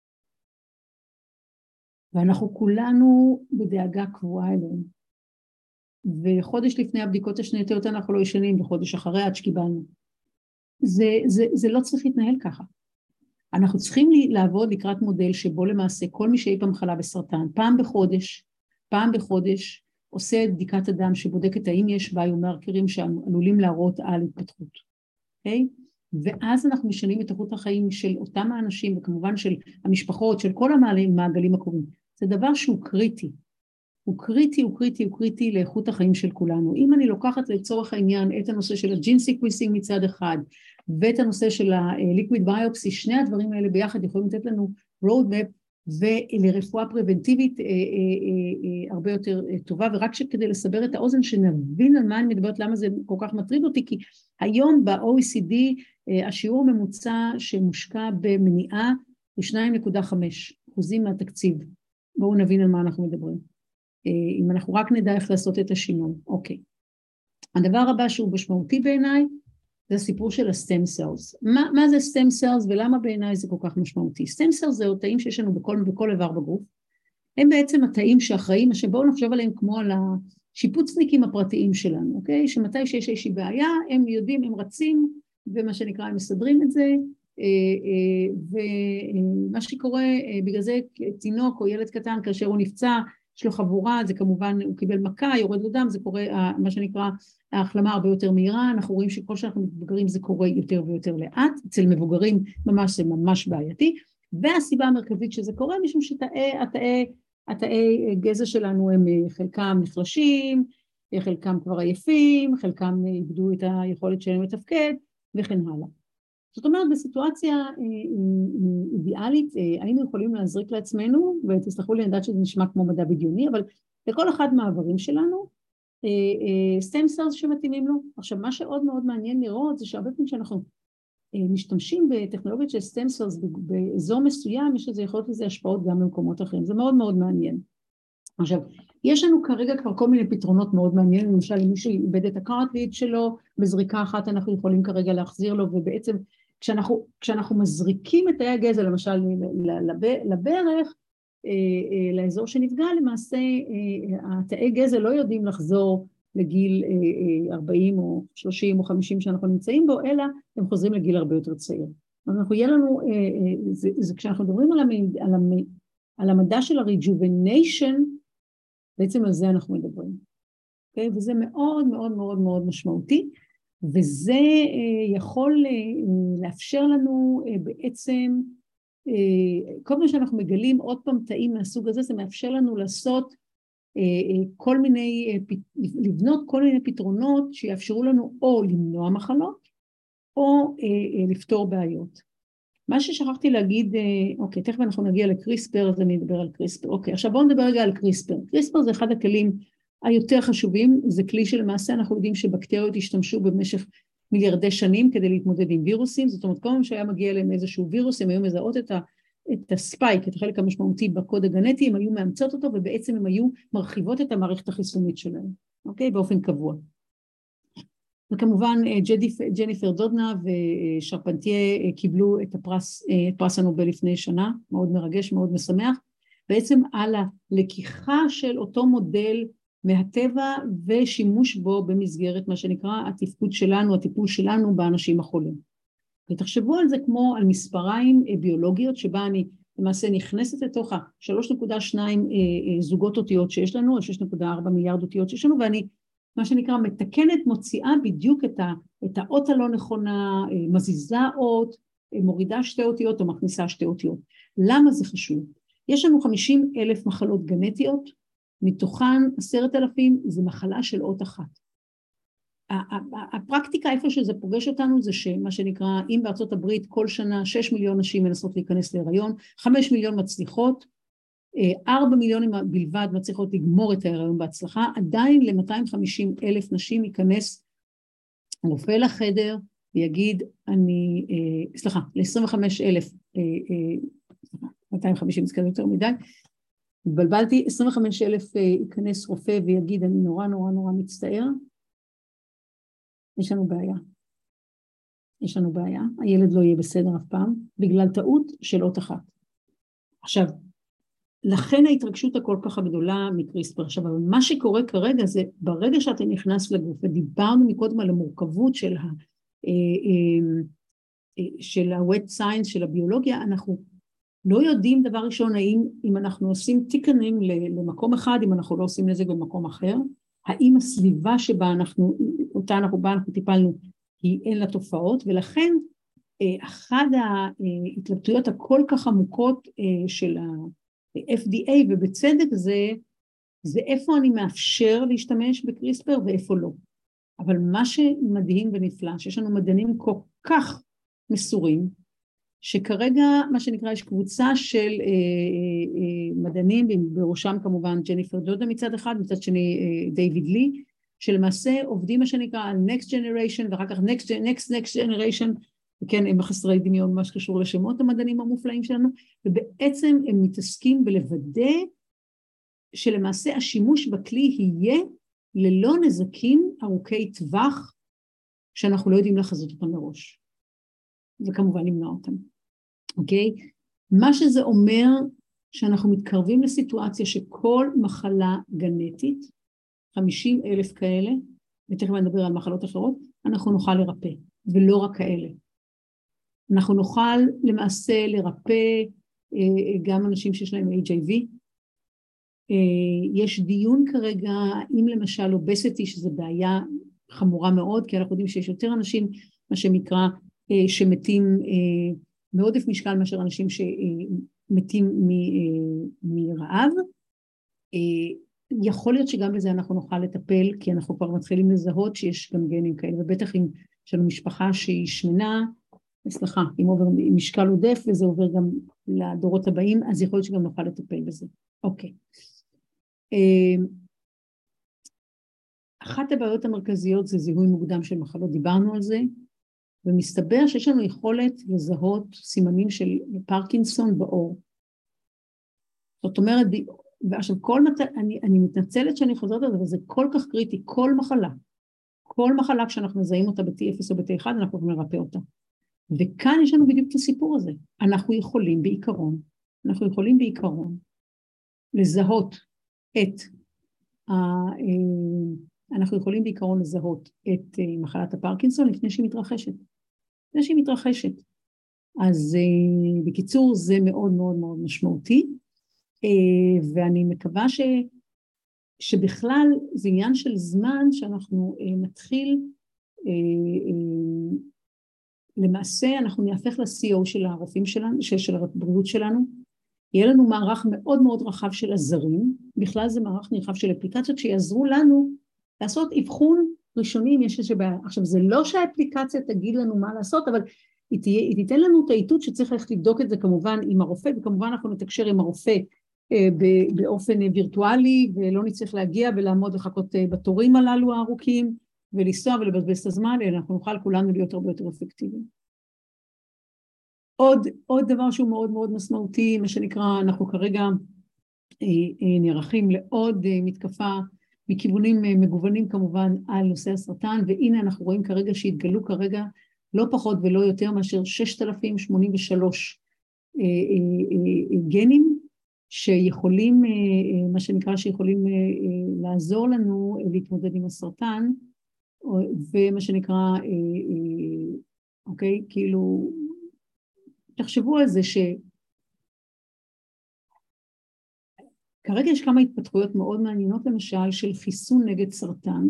ואנחנו כולנו בדאגה קבועה אליהם, וחודש לפני הבדיקות השנתיות אנחנו לא ישנים, וחודש אחרי עד שקיבלנו, זה, זה, זה לא צריך להתנהל ככה. אנחנו צריכים לעבוד לקראת מודל שבו למעשה כל מי שאי פעם חלה בסרטן, פעם בחודש, פעם בחודש, עושה את בדיקת הדם שבודקת האם יש ביומרקרים שעלולים להראות על התפתחות. אוקיי? ואז אנחנו משנים את איכות החיים של אותם האנשים, וכמובן של המשפחות, של כל המעגלים הקרובים. זה דבר שהוא קריטי. הוא קריטי, הוא קריטי, הוא קריטי לאיכות החיים של כולנו. אם אני לוקחת לצורך העניין את הנושא של הג'ין סיקוונסינג מצד אחד, ואת הנושא של הליקוויד ביופסי, שני הדברים האלה ביחד יכולים לתת לנו road map, ולרפואה פרבנטיבית אה, אה, אה, הרבה יותר אה, טובה, ורק כדי לסבר את האוזן שנבין על מה אני מדברת, למה זה כל כך מטריד אותי, כי היום ב-או אי סי די אה, השיעור הממוצע שמושקע במניעה הוא שתיים נקודה חמש אחוזים מהתקציב. בואו נבין על מה אנחנו מדברים. אה, אם אנחנו רק נדע איך לעשות את השינוי. אוקיי. הדבר הבא שהוא משמעותי בעיניי, זה הסיפור של הסטם סלס. מה, מה זה סטם סלס ולמה בעיניי זה כל כך משמעותי? סטם סלס זה תאים שיש לנו בכל, בכל איבר בגוף. הם בעצם התאים שאחראים, שבואו נחשוב עליהם כמו על השיפוצניקים הפרטיים שלנו, אוקיי? שמתי שיש איזושהי בעיה, הם יודעים, הם רצים, ומה שנקרא, הם מסדרים את זה, ומה שקורה, בגלל זה תינוק או ילד קטן, כאשר הוא נפצע, יש לו חבורה, זה כמובן, הוא קיבל מכה, יורד לו דם, זה קורה, מה שנקרא, ההחלמה הרבה יותר מהירה, אנחנו רואים שכל שאנחנו מבוגרים זה קורה יותר ויותר לאט, אצל מבוגרים ממש זה ממש בעייתי, והסיבה המרכזית שזה קורה, משום שתאי, התאי, התאי גזע שלנו הם חלקם נחלשים, חלקם כבר עייפים, חלקם איבדו את היכולת שלהם לתפקד, וכן הלאה. זאת אומרת, בסיטואציה אידיאלית, היינו יכולים להזריק לעצמנו, ותסלחו לי, אני יודעת שזה נשמע כמו מדע בדיוני, אבל לכל אחד מהעברים שלנו, סטם סלס שמתאימים לו. עכשיו, מה שעוד מאוד מעניין לראות, זה שהרבה פעמים שאנחנו משתמשים בטכנולוגיות של סטם סלס באזור מסוים, יש לזה יכולות לזה השפעות גם במקומות אחרים. זה מאוד מאוד מעניין. עכשיו, יש לנו כרגע כבר כל מיני פתרונות מאוד מעניינים, למשל, אם מישהו איבד את הקרטליג' שלו, בזריקה אחת אנחנו יכולים כרגע להחזיר לו, ובעצם כשאנחנו, כשאנחנו מזריקים את תאי הגזע, למשל, לברך, לאזור שנפגע, למעשה התאי גזע לא יודעים לחזור לגיל ארבעים או שלושים או חמישים שאנחנו נמצאים בו, אלא הם חוזרים לגיל הרבה יותר צעיר. אז אנחנו יהיה לנו, זה, זה כשאנחנו מדברים על, המד, על, המד, על המדע של הריג'ובניישן, בעצם על זה אנחנו מדברים. Okay? וזה מאוד מאוד מאוד מאוד משמעותי, וזה יכול לאפשר לנו בעצם, כל מה שאנחנו מגלים עוד פעם תאים מהסוג הזה, זה מאפשר לנו לעשות כל מיני, לבנות כל מיני פתרונות שיאפשרו לנו או למנוע מחלות, או לפתור בעיות. מה ששכחתי להגיד, אוקיי, תכף אנחנו נגיע לקריספר, אז אני אדבר על קריספר. אוקיי, עכשיו בואו נדבר רגע על קריספר. קריספר זה אחד הכלים היותר חשובים, זה כלי שלמעשה אנחנו יודעים שבקטריות השתמשו במשך מיליארדי שנים כדי להתמודד עם וירוסים, זאת אומרת, כל פעם שהיה מגיע אליהם איזשהו וירוס, הם היו מזהות את ה... את הספייק, את החלק המשמעותי בקוד הגנטי, הם היו מאמצות אותו, ובעצם הם היו מרחיבות את המערכת החיסונית שלהם, אוקיי? באופן קבוע. וכמובן, ג'ניפר דודנה ושרפנטייה קיבלו את הפרס, את פרס הנובל לפני שנה, מאוד מרגש, מאוד משמח, בעצם על הלקיחה של אותו מודל מהטבע ושימוש בו במסגרת מה שנקרא התפקוד שלנו, הטיפול שלנו באנשים החולים. ותחשבו על זה כמו על מספריים ביולוגיות, שבה אני למעשה נכנסת לתוך ה-שלוש נקודה שתיים זוגות אותיות שיש לנו, או שש נקודה ארבע מיליארד אותיות שיש לנו, ואני, מה שנקרא, מתקנת, מוציאה בדיוק את, ה, את האות הלא נכונה, מזיזה אות, מורידה שתי אותיות או מכניסה שתי אותיות. למה זה חשוב? יש לנו חמישים אלף מחלות גנטיות, מתוכן עשרת אלפים זה מחלה של אות אחת. הפרקטיקה איפה שזה פוגש אותנו זה שמה שנקרא, אם בארצות הברית כל שנה שש מיליון נשים מנסות להיכנס להיריון, חמש מיליון מצליחות, ארבע מיליונים בלבד מצליחות לגמור את ההיריון בהצלחה, עדיין ל-מאתיים וחמישים אלף נשים ייכנס רופא לחדר ויגיד, אני, סליחה, ל-עשרים וחמישה אלף, מאתיים וחמישים זה יותר מדי, התבלבלתי, עשרים וחמישה אלף ייכנס רופא ויגיד, אני נורא נורא נורא מצטער, יש לנו בעיה. יש לנו בעיה. הילד לא יהיה בסדר אף פעם, בגלל טעות של אות אחת. עכשיו, לכן ההתרגשות הכל כך הגדולה מקריספר. עכשיו, אבל מה שקורה כרגע זה, ברגע שאתה נכנס לגוף, ודיברנו מקודם על המורכבות של ה... של ה-wet science, של הביולוגיה, אנחנו לא יודעים דבר ראשון, האם אם אנחנו עושים תיקנים למקום אחד, אם אנחנו לא עושים לזה במקום אחר, האם הסביבה שבה אנחנו, אותה אנחנו בה אנחנו טיפלנו, היא אין לה תופעות, ולכן אחת ההתלבטויות הכל כך עמוקות של ה-אף די איי, ובצדק זה, זה איפה אני מאפשר להשתמש בקריספר ואיפה לא. אבל מה שמדהים ונפלא, שיש לנו מדענים כל כך מסורים, שכרגע מה שנקרא יש קבוצה של אה, אה, מדענים, בראשם כמובן ג'ניפר דודה מצד אחד, מצד שני אה, דיוויד לי, שלמעשה עובדים מה שנקרא על next generation, ואחר כך next, next, next generation, וכן הם חסרי דמיון מה שקשור לשמות המדענים המופלאים שלנו, ובעצם הם מתעסקים בלוודא שלמעשה השימוש בכלי יהיה ללא נזקים ארוכי טווח, שאנחנו לא יודעים לחזות אותם מראש. וכמובן למנוע אותם. אוקיי? מה שזה אומר שאנחנו מתקרבים לסיטואציה שכל מחלה גנטית, חמישים אלף כאלה, ותכף נדבר על מחלות אחרות, אנחנו נוכל לרפא, ולא רק כאלה. אנחנו נוכל למעשה לרפא גם אנשים שיש להם אייץ' איי וי. יש דיון כרגע, אם למשל אובסיטי, שזו בעיה חמורה מאוד, כי אנחנו יודעים שיש יותר אנשים, מה שמקרא, שמתים מעודף משקל מאשר אנשים שמתים מרעב. יכול להיות שגם בזה אנחנו נוכל לטפל, כי אנחנו כבר מתחילים לזהות שיש גם גנים כאלה, ובטח אם יש לנו משפחה שהיא שמנה, סליחה, עם עובר משקל עודף, וזה עובר גם לדורות הבאים, אז יכול להיות שגם נוכל לטפל בזה. אוקיי. אחת הבעיות המרכזיות זה זיהוי מוקדם של מחלות, דיברנו על זה, ומסתבר שיש לנו יכולת לזהות סימנים של פרקינסון בעור. זאת אומרת, ועכשיו כל מת... אני, אני מתנצלת שאני חוזרת על זה, אבל זה כל כך קריטי, כל מחלה, כל מחלה כשאנחנו מזהים אותה ב-טי אפס או ב-טי אחד, אנחנו יכולים לרפא אותה. וכאן יש לנו בדיוק את הסיפור הזה. אנחנו יכולים בעיקרון, אנחנו יכולים בעיקרון לזהות את, אנחנו יכולים בעיקרון לזהות את מחלת הפרקינסון לפני שהיא מתרחשת. לפני שהיא מתרחשת. אז בקיצור זה מאוד מאוד מאוד משמעותי, ואני מקווה ש, שבכלל זה עניין של זמן שאנחנו נתחיל, למעשה אנחנו נהפך ל-סי או של הרופאים שלנו, של הבריאות שלנו, יהיה לנו מערך מאוד מאוד רחב של עזרים, בכלל זה מערך נרחב של אפליקציות שיעזרו לנו לעשות אבחון ראשונים, יש איזה בעיה. עכשיו זה לא שהאפליקציה תגיד לנו מה לעשות, אבל היא, תהיה, היא תיתן לנו את האיתות שצריך ללכת לבדוק את זה כמובן עם הרופא, וכמובן אנחנו נתקשר עם הרופא אה, באופן וירטואלי, ולא נצטרך להגיע ולעמוד לחכות אה, בתורים הללו הארוכים, ולנסוע ולבזבז את הזמן, אלא אנחנו נוכל כולנו להיות הרבה יותר אפקטיביים. עוד, עוד דבר שהוא מאוד מאוד משמעותי, מה שנקרא, אנחנו כרגע אה, אה, נערכים לעוד אה, מתקפה, מכיוונים אה, מגוונים כמובן על נושא הסרטן, והנה אנחנו רואים כרגע שהתגלו כרגע לא פחות ולא יותר מאשר ששת אלפים שמונים ושלוש אה, אה, אה, גנים, שיכולים, אה, אה, מה שנקרא, שיכולים אה, אה, לעזור לנו אה, להתמודד עם הסרטן, ומה שנקרא, אה, אה, אוקיי, כאילו, תחשבו על זה שכרגע יש כמה התפתחויות מאוד מעניינות, למשל של חיסון נגד סרטן,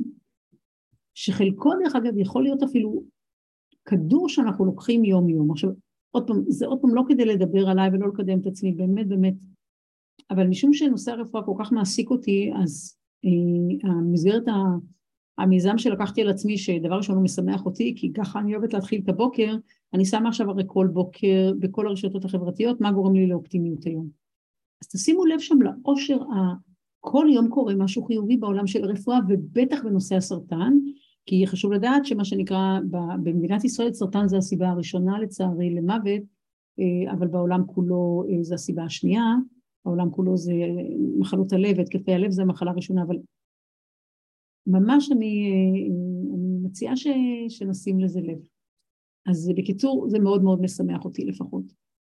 שחלקו דרך אגב יכול להיות אפילו כדור שאנחנו לוקחים יום יום. עכשיו, עוד פעם, זה עוד פעם לא כדי לדבר עליי ולא לקדם את עצמי, באמת באמת, אבל משום שנושא הרפואה כל כך מעסיק אותי, אז אה, המסגרת ה... המיזם שלקחתי על עצמי, שדבר ראשון הוא משמח אותי, כי ככה אני אוהבת להתחיל את הבוקר, אני שמה עכשיו הרי כל בוקר, בכל הרשתות החברתיות, מה גורם לי לאופטימיות היום. אז תשימו לב שם לאושר, כל יום קורה משהו חיובי בעולם של הרפואה, ובטח בנושא הסרטן, כי חשוב לדעת שמה שנקרא, במדינת ישראל סרטן זה הסיבה הראשונה לצערי למוות, אבל בעולם כולו זה הסיבה השנייה, בעולם כולו זה מחלות הלב, התקפי הלב זה המחלה הראשונה, אבל ממש אני, אני מציעה ש, שנשים לזה לב. אז בקיצור, זה מאוד מאוד משמח אותי לפחות.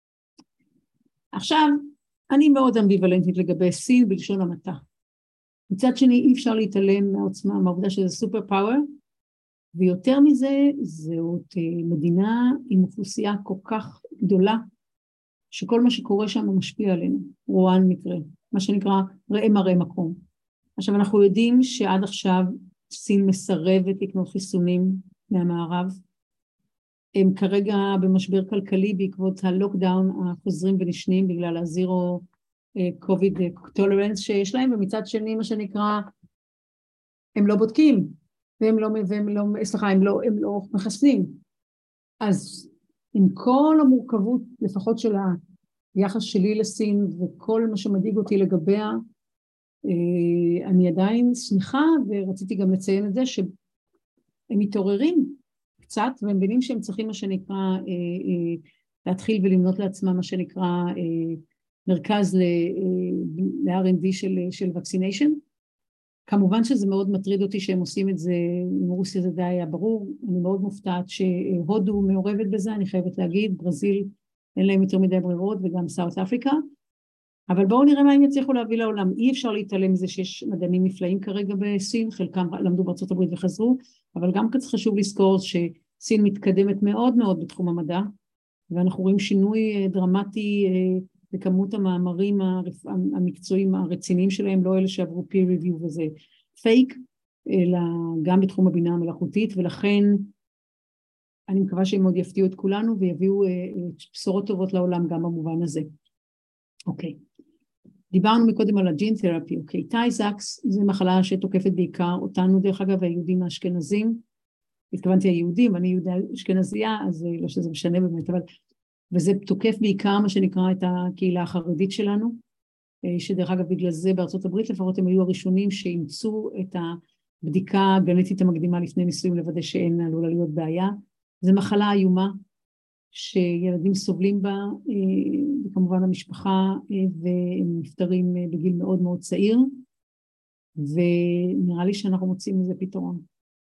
עכשיו, אני מאוד אמביוולנטית לגבי סין בלשון המעטה. מצד שני, אי אפשר להתעלם מהעוצמה, מהעובדה שזה סופר פאוור, ויותר מזה, זאת מדינה עם אוכלוסייה כל כך גדולה, שכל מה שקורה שם משפיע עלינו, רואן מקרה, מה שנקרא ראה מראה מקום. עכשיו אנחנו יודעים שעד עכשיו סין מסרבת לקנות חיסונים מהמערב, הם כרגע במשבר כלכלי בעקבות הלוקדאון החוזרים ונשנים בגלל הזירו קוביד טולרנס שיש להם, ומצד שני מה שנקרא, הם לא בודקים, והם לא, והם לא, סליחה, הם לא, הם לא מחסנים. אז עם כל המורכבות, לפחות של היחס שלי לסין, וכל מה שמדאיג אותי לגביה, אני עדיין שמחה, ורציתי גם לציין את זה, שהם מתעוררים קצת, והם מבינים שהם צריכים מה שנקרא, להתחיל ולמנות לעצמם מה שנקרא, מרכז ל-אר אנד די של, של vaccination. כמובן שזה מאוד מטריד אותי שהם עושים את זה, עם רוסיה זה די היה ברור, אני מאוד מופתעת שהודו מעורבת בזה, אני חייבת להגיד, ברזיל אין להם יותר מדי ברירות, וגם סאוט אפריקה, אבל בואו נראה מה הם יצליחו להביא לעולם. אי אפשר להתעלם מזה שיש מדענים נפלאים כרגע בסין, חלקם למדו בארצות הברית וחזרו, אבל גם כאן חשוב לזכור שסין מתקדמת מאוד מאוד בתחום המדע, ואנחנו רואים שינוי דרמטי בכמות המאמרים המקצועיים הרציניים שלהם, לא אלה שעברו peer review וזה פייק, אלא גם בתחום הבינה המלאכותית, ולכן אני מקווה שהם עוד יפתיעו את כולנו ויביאו בשורות טובות לעולם גם במובן הזה. אוקיי. דיברנו מקודם על הג'ין תרפי, אוקיי, טייזקס זו מחלה שתוקפת בעיקר אותנו, דרך אגב היהודים האשכנזים, התכוונתי היהודים, אני יהודה אשכנזייה, אז לא שזה משנה באמת, אבל, וזה תוקף בעיקר מה שנקרא את הקהילה החרדית שלנו, שדרך אגב בגלל זה בארצות הברית לפחות הם היו הראשונים שאימצו את הבדיקה הגנטית המקדימה לפני ניסויים לוודא שאין עלולה להיות בעיה, זו מחלה איומה, שילדים סובלים בה, וכמובן המשפחה, והם נפטרים בגיל מאוד מאוד צעיר, ונראה לי שאנחנו מוצאים לזה פתרון.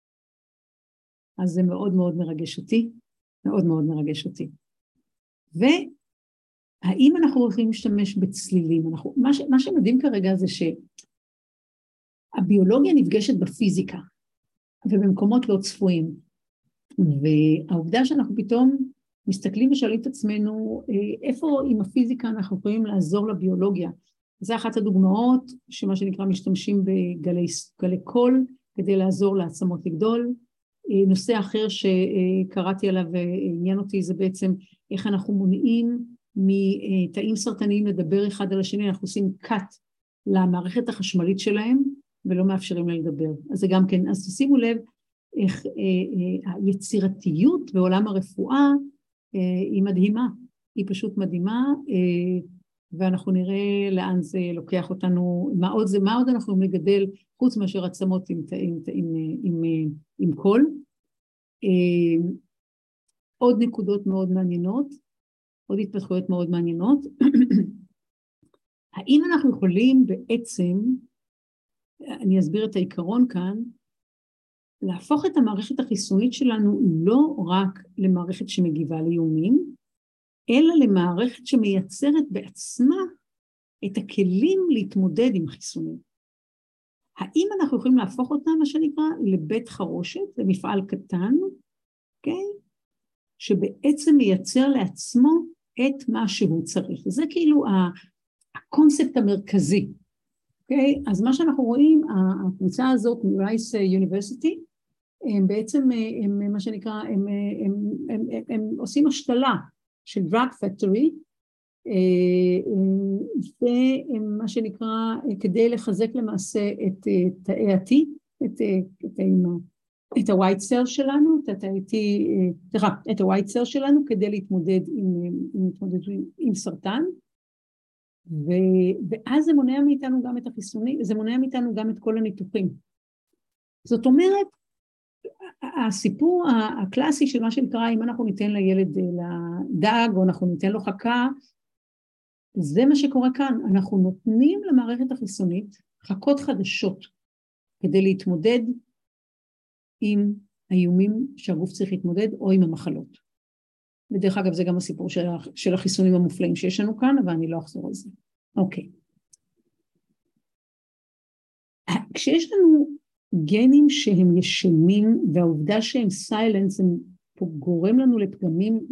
אז זה מאוד מאוד מרגש אותי, מאוד מאוד מרגש אותי. האם אנחנו יכולים להשתמש בצלילים? אנחנו, מה, ש, מה שמדהים כרגע זה שהביולוגיה נפגשת בפיזיקה, ובמקומות לא צפויים. והעובדה שאנחנו פתאום מסתכלים ושואלים את עצמנו, איפה עם הפיזיקה אנחנו יכולים לעזור לביולוגיה? זו אחת הדוגמאות שמה שנקרא משתמשים בגלי גלי קול, כדי לעזור לעצמות לגדול. נושא אחר שקראתי עליו ועניין אותי זה בעצם איך אנחנו מונעים מתאים סרטניים לדבר אחד על השני, אנחנו עושים קאט למערכת החשמלית שלהם ולא מאפשרים לה לדבר. אז זה גם כן, אז תשימו לב איך אה, אה, היצירתיות בעולם הרפואה אה, היא מדהימה, היא פשוט מדהימה, אה, ואנחנו נראה לאן זה לוקח אותנו, מה עוד, זה, מה עוד אנחנו יכולים לגדל חוץ מאשר עצמות עם, עם, עם, עם, עם, עם קול. אה, עוד נקודות מאוד מעניינות, עוד התפתחויות מאוד מעניינות. האם אנחנו יכולים בעצם, אני אסביר את העיקרון כאן, להפוך את המערכת החיסונית שלנו לא רק למערכת שמגיבה לאיומים, אלא למערכת שמייצרת בעצמה את הכלים להתמודד עם חיסונים. האם אנחנו יכולים להפוך אותה, מה שנקרא, לבית חרושת, למפעל קטן, okay? שבעצם מייצר לעצמו את מה שהוא צריך. זה כאילו הקונספט המרכזי. Okay? אז מה שאנחנו רואים, הקבוצה הזאת מרייס יוניברסיטי, הם בעצם, הם, מה שנקרא, הם, הם, הם, הם, הם עושים השתלה של drug factory, ומה שנקרא, כדי לחזק למעשה את תאי ה-T, את, את, את ה-white cell שלנו, את ה-T, את ה-white cell שלנו, כדי להתמודד עם, עם, עם, עם סרטן, ו, ואז זה מונע מאיתנו גם את החיסונים, זה מונע מאיתנו גם את כל הניתוחים. זאת אומרת, הסיפור הקלאסי של מה שנקרא, אם אנחנו ניתן לילד לדג, או אנחנו ניתן לו חכה, זה מה שקורה כאן. אנחנו נותנים למערכת החיסונית חכות חדשות, כדי להתמודד עם האיומים שהגוף צריך להתמודד, או עם המחלות. ודרך אגב, זה גם הסיפור של החיסונים המופלאים שיש לנו כאן, אבל אני לא אחזור על זה. אוקיי. כשיש לנו גנים שהם ישנים, והעובדה שהם סיילנס, הם גורם לנו לפגמים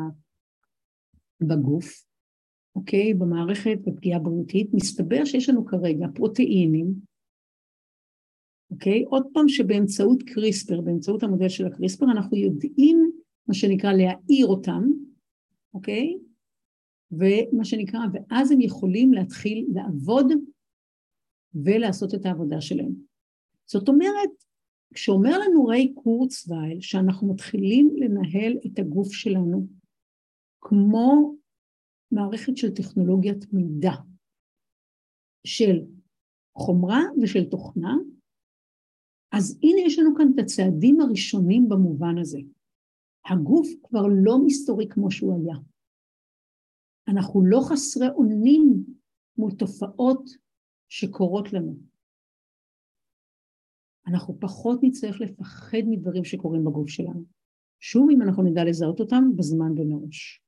בגוף, אוקיי, במערכת בפגיעה בריאותית, מסתבר שיש לנו כרגע פרוטאינים, אוקיי, עוד פעם שבאמצעות קריספר, באמצעות המודל של הקריספר, אנחנו יודעים מה שנקרא להעיר אותם, אוקיי, ומה שנקרא, ואז הם יכולים להתחיל לעבוד ולעשות את העבודה שלהם. זאת אומרת, כשאומר לנו ריי קורצווייל, שאנחנו מתחילים לנהל את הגוף שלנו, כמו מערכת של טכנולוגיית מידע, של חומרה ושל תוכנה, אז הנה יש לנו כאן את הצעדים הראשונים במובן הזה. הגוף כבר לא מסתורי כמו שהוא היה. אנחנו לא חסרי אונים מול תופעות שקורות לנו. אנחנו פחות נצטרך לפחד מדברים שקורים בגוף שלנו. שוב, אם אנחנו נדע לזהות אותם בזמן ומראש.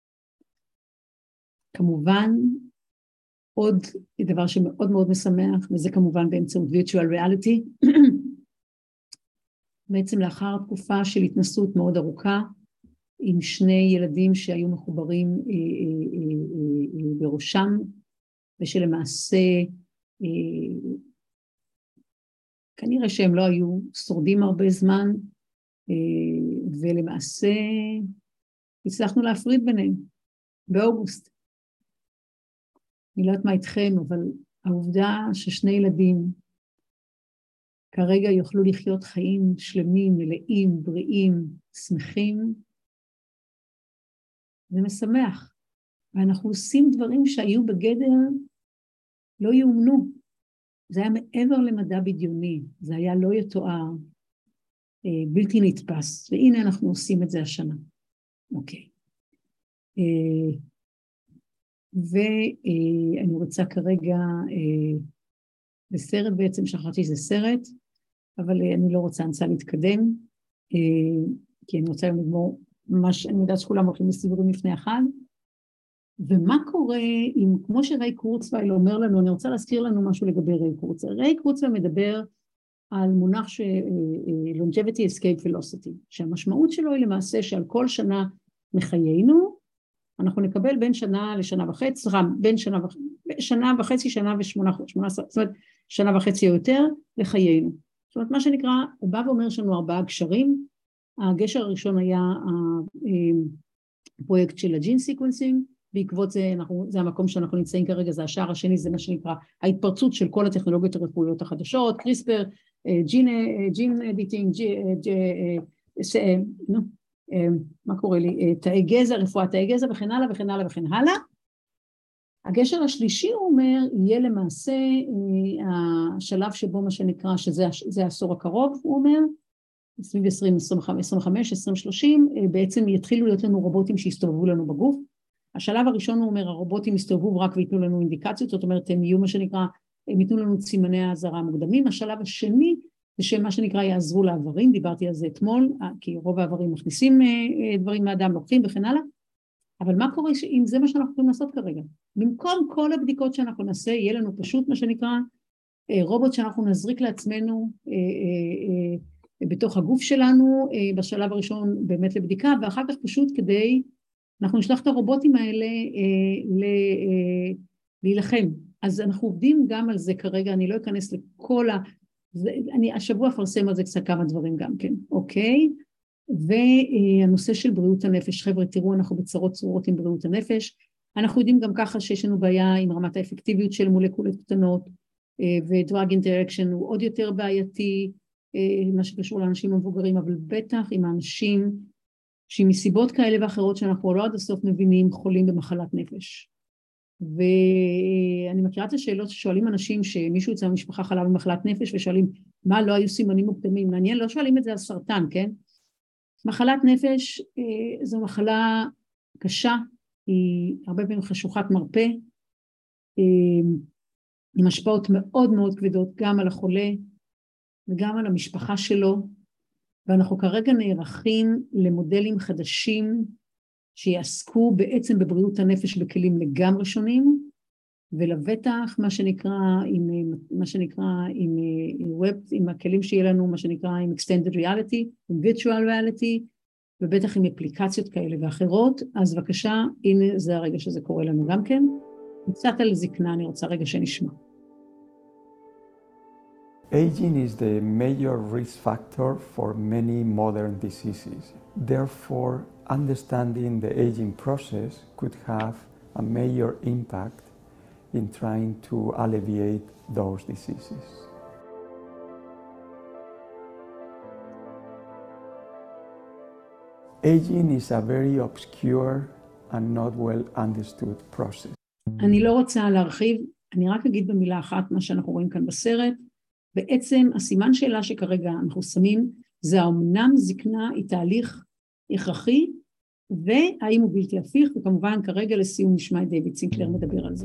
כמובן, עוד דבר שמאוד מאוד משמח, וזה כמובן באמצעות virtual reality, בעצם לאחר תקופה של התנסות מאוד ארוכה, עם שני ילדים שהיו מחוברים אה, אה, אה, אה, בראשם, ושלמעשה, אה, כנראה שהם לא היו שורדים הרבה זמן, אה, ולמעשה הצלחנו להפריד ביניהם, באוגוסט. אני לא יודעת מה איתכם, אבל העובדה ששני ילדים כרגע יוכלו לחיות חיים שלמים, מלאים, בריאים, שמחים, זה משמח. ואנחנו עושים דברים שהיו בגדר לא יאומנו. זה היה מעבר למדע בדיוני, זה היה לא יתואר, בלתי נתפס, והנה אנחנו עושים את זה השנה. אוקיי. ואני רוצה כרגע, בסרט בעצם, שכחתי שזה סרט, אבל אני לא רוצה, אני רוצה להתקדם, כי אני רוצה לגמור, ממש, אני יודעת שכולם הולכים לסיבורים לפני אחד, ומה קורה אם, כמו שריי קורצווייל אומר לנו, אני רוצה להזכיר לנו משהו לגבי ריי קורצווייל. ריי קורצווייל מדבר על מונח ש... longevity escape velocity, שהמשמעות שלו היא למעשה שעל כל שנה מחיינו, אנחנו נקבל בין שנה לשנה וחצי, בין שנה, וח... שנה וחצי, שנה ושמונה, שמונה, זאת אומרת, שנה וחצי או יותר לחיינו. זאת אומרת, מה שנקרא, הוא בא ואומר לנו ארבעה גשרים, הגשר הראשון היה הפרויקט של הג'ין סיקוונסינג, בעקבות זה, אנחנו, זה המקום שאנחנו נמצאים כרגע, זה השער השני, זה מה שנקרא ההתפרצות של כל הטכנולוגיות הרפואיות החדשות, קריספר, ג'ין, ג'ין אדיטינג, מה קורא לי, תאי גזע, רפואת תאי גזע וכן הלאה וכן הלאה וכן הלאה. הגשר השלישי הוא אומר, יהיה למעשה השלב שבו מה שנקרא, שזה העשור הקרוב, הוא אומר, עשרים עשרים, עשרים וחמש, עשרים שלושים, בעצם יתחילו להיות לנו רובוטים שיסתובבו לנו בגוף. השלב הראשון הוא אומר, הרובוטים יסתובבו רק ויתנו לנו אינדיקציות, זאת אומרת, הם יהיו מה שנקרא, הם ייתנו לנו סימני האזהרה המוקדמים. השלב השני, זה שמה שנקרא יעזרו לעברים, דיברתי על זה אתמול, כי רוב העברים מכניסים דברים מהאדם, לוקחים וכן הלאה, אבל מה קורה אם זה מה שאנחנו יכולים לעשות כרגע? במקום כל הבדיקות שאנחנו נעשה, יהיה לנו פשוט מה שנקרא, רובוט שאנחנו נזריק לעצמנו בתוך הגוף שלנו, בשלב הראשון באמת לבדיקה, ואחר כך פשוט כדי, אנחנו נשלח את הרובוטים האלה להילחם. אז אנחנו עובדים גם על זה כרגע, אני לא אכנס לכל ה... אני השבוע אפרסם על זה קצת כמה דברים גם כן, אוקיי? והנושא של בריאות הנפש, חבר'ה, תראו, אנחנו בצרות צרורות עם בריאות הנפש, אנחנו יודעים גם ככה שיש לנו בעיה עם רמת האפקטיביות של מולקולות קטנות, ודרג אינטראקשן הוא עוד יותר בעייתי, מה שקשור לאנשים המבוגרים, אבל בטח עם האנשים שמסיבות כאלה ואחרות שאנחנו לא עד הסוף מבינים, חולים במחלת נפש. ואני מכירה את השאלות ששואלים אנשים שמישהו יצא במשפחה חלה במחלת נפש, ושואלים מה לא היו סימנים מוקדמים, מעניין, לא שואלים את זה על סרטן, כן? מחלת נפש זו מחלה קשה, היא הרבה פעמים חשוכת מרפא, עם השפעות מאוד מאוד כבדות גם על החולה וגם על המשפחה שלו, ואנחנו כרגע נערכים למודלים חדשים שיעסקו בעצם בבריאות הנפש בכלים לגמרי שונים, ולבטח מה שנקרא עם מה שנקרא עם ווב, עם הכלים שיהיה לנו מה שנקרא עם extended reality, עם virtual reality, ובטח עם אפליקציות כאלה ואחרות. אז בבקשה, הנה זה הרגע שזה קורה לנו גם כן. קצת על זקנה, אני רוצה רגע שנשמע. Aging is the major risk factor for many modern diseases. Therefore, understanding the aging process could have a major impact in trying to alleviate those diseases. Aging is a very obscure and not well understood process. אני לא רוצה להרחיב, אני רק אגיד במילה אחת מה שאנחנו רואים כאן בסרט. בעצם הסימן שאלה שכרגע אנחנו שמים, זה האמנם זקנה היא תהליך הכרחי, והאם הוא בלתי הפיך, וכמובן כרגע לסיום נשמע את דיוויד סינקלר מדבר על זה.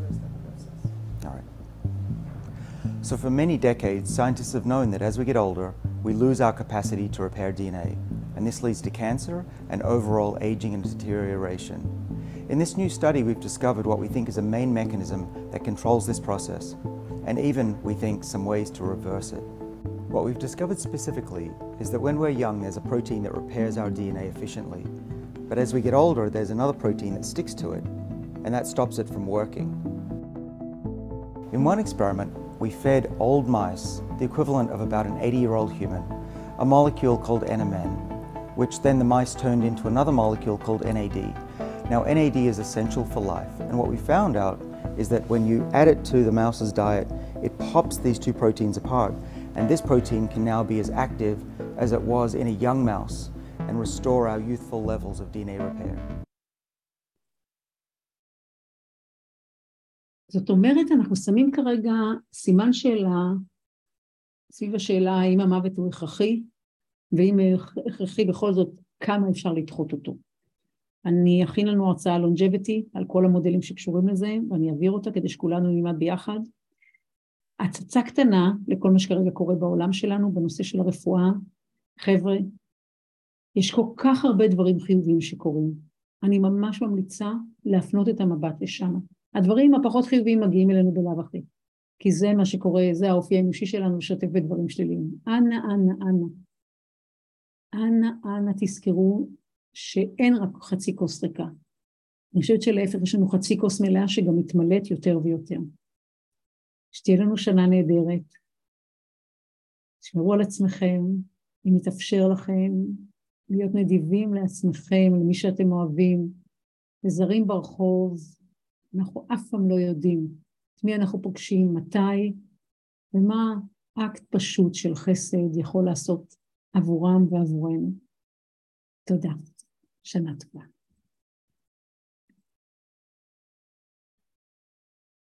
So for many decades, scientists have known that as we get older, we lose our capacity to repair D N A, and this leads to cancer and overall aging and deterioration. In this new study, we've discovered what we think is a main mechanism that controls this process, and even, we think, some ways to reverse it. What we've discovered specifically is that when we're young, there's a protein that repairs our D N A efficiently, but as we get older, there's another protein that sticks to it, and that stops it from working. In one experiment, we fed old mice, the equivalent of about an eighty-year-old human, a molecule called N M N, which then the mice turned into another molecule called N A D. Now, N A D is essential for life, and what we found out is that when you add it to the mouse's diet, it pops these two proteins apart, and this protein can now be as active as it was in a young mouse and restore our youthful levels of D N A repair. זאת אומרת, אנחנו שמים כרגע סימן שאלה, סביב השאלה האם המוות הוא הכרחי, ואם הכרחי בכל זאת, כמה אפשר לדחות אותו. אני אכין לנו הרצאה longevity על כל המודלים שקשורים לזה, ואני אעביר אותה כדי שכולנו נלמד ביחד. הצצה קטנה לכל מה שכרגע קורה בעולם שלנו, בנושא של הרפואה. חבר'ה, יש כל כך הרבה דברים חיוביים שקורים. אני ממש ממליצה להפנות את המבט לשם. הדברים הפחות חיוביים מגיעים אלינו בלאו הכי, כי זה מה שקורה, זה האופי האנושי שלנו, לשתף בדברים שליליים. אנא, אנא, אנא. אנא, אנא תזכרו שאין רק חצי כוס ריקה. אני חושבת שלהפך יש לנו חצי כוס מלאה שגם מתמלאת יותר ויותר. שתהיה לנו שנה נהדרת. תשמרו על עצמכם, אם יתאפשר לכם להיות נדיבים לעצמכם, למי שאתם אוהבים, לזרים ברחוב, אנחנו אף פעם לא יודעים את מי אנחנו פוגשים, מתי, ומה אקט פשוט של חסד יכול לעשות עבורם ועבורנו. תודה. שנה טובה.